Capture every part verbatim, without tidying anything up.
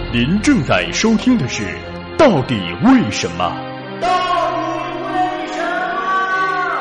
您正在收听的是《到底为什么》。 到底为什么？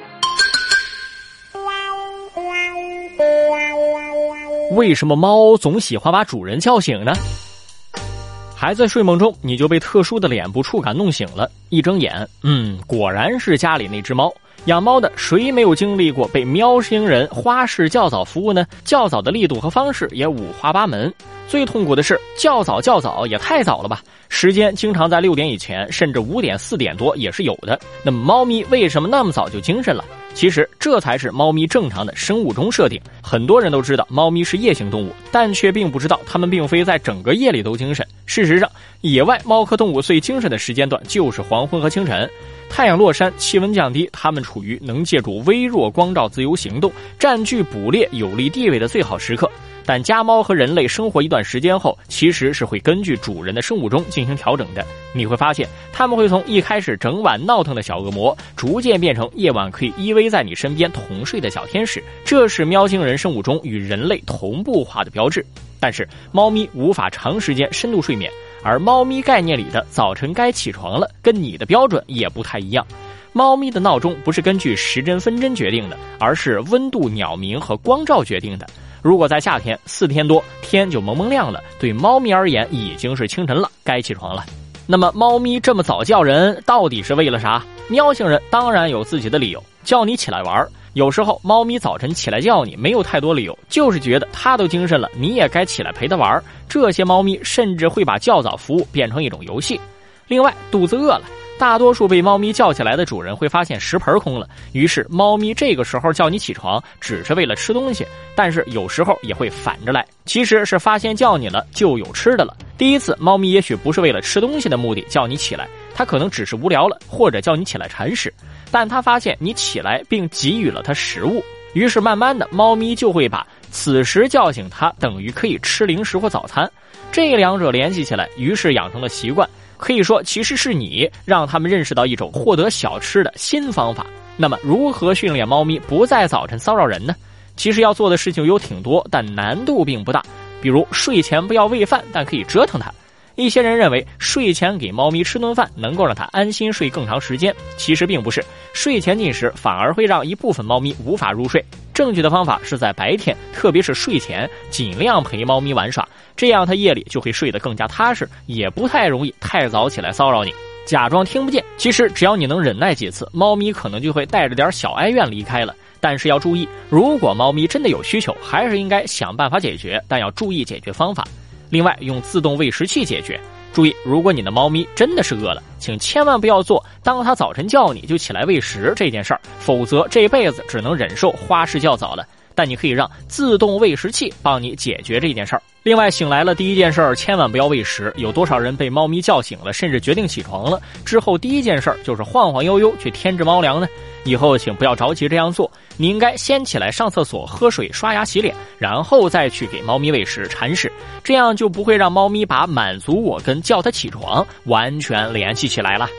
为什么猫总喜欢把主人叫醒呢？还在睡梦中，你就被特殊的脸部触感弄醒了，一睁眼，嗯，果然是家里那只猫。养猫的谁没有经历过被喵星人花式叫早服务呢？叫早的力度和方式也五花八门。最痛苦的是叫早叫早也太早了吧，时间经常在六点以前，甚至五点四点多也是有的。那么猫咪为什么那么早就精神了？其实这才是猫咪正常的生物钟设定。很多人都知道猫咪是夜行动物，但却并不知道它们并非在整个夜里都精神。事实上，野外猫科动物最精神的时间段就是黄昏和清晨。太阳落山，气温降低，它们处于能借助微弱光照自由行动，占据捕猎有利地位的最好时刻。但家猫和人类生活一段时间后，其实是会根据主人的生物钟进行调整的。你会发现，它们会从一开始整晚闹腾的小恶魔，逐渐变成夜晚可以依偎在你身边同睡的小天使。这是喵星人生物钟与人类同步化的标志。但是，猫咪无法长时间深度睡眠，而猫咪概念里的早晨该起床了，跟你的标准也不太一样。猫咪的闹钟不是根据时针分针决定的，而是温度、鸟鸣和光照决定的。如果在夏天，四天多天就蒙蒙亮了，对猫咪而言已经是清晨了，该起床了。那么猫咪这么早叫人到底是为了啥？喵星人当然有自己的理由，叫你起来玩。有时候猫咪早晨起来叫你没有太多理由，就是觉得它都精神了，你也该起来陪它玩。这些猫咪甚至会把叫早服务变成一种游戏。另外，肚子饿了，大多数被猫咪叫起来的主人会发现食盆空了，于是猫咪这个时候叫你起床只是为了吃东西，但是有时候也会反着来，其实是发现叫你了就有吃的了。第一次猫咪也许不是为了吃东西的目的叫你起来，它可能只是无聊了，或者叫你起来铲屎，但它发现你起来并给予了它食物，于是慢慢的猫咪就会把此时叫醒它等于可以吃零食或早餐，这两者联系起来，于是养成了习惯。可以说其实是你让他们认识到一种获得小吃的新方法。那么如何训练猫咪不在早晨骚扰人呢？其实要做的事情有挺多，但难度并不大。比如睡前不要喂饭，但可以折腾它。一些人认为睡前给猫咪吃顿饭能够让它安心睡更长时间，其实并不是，睡前进食反而会让一部分猫咪无法入睡。正确的方法是在白天，特别是睡前尽量陪猫咪玩耍，这样它夜里就会睡得更加踏实，也不太容易太早起来骚扰你。假装听不见，其实只要你能忍耐几次，猫咪可能就会带着点小哀怨离开了。但是要注意，如果猫咪真的有需求，还是应该想办法解决，但要注意解决方法。另外，用自动喂食器解决。注意，如果你的猫咪真的是饿了，请千万不要做当它早晨叫你就起来喂食这件事儿，否则这辈子只能忍受花式叫早了。但你可以让自动喂食器帮你解决这件事儿。另外，醒来了第一件事儿千万不要喂食。有多少人被猫咪叫醒了，甚至决定起床了之后，第一件事儿就是晃晃悠悠去添置猫粮呢？以后请不要着急这样做，你应该先起来上厕所、喝水、刷牙、洗脸，然后再去给猫咪喂食、铲屎，这样就不会让猫咪把满足我跟叫它起床完全联系起来了。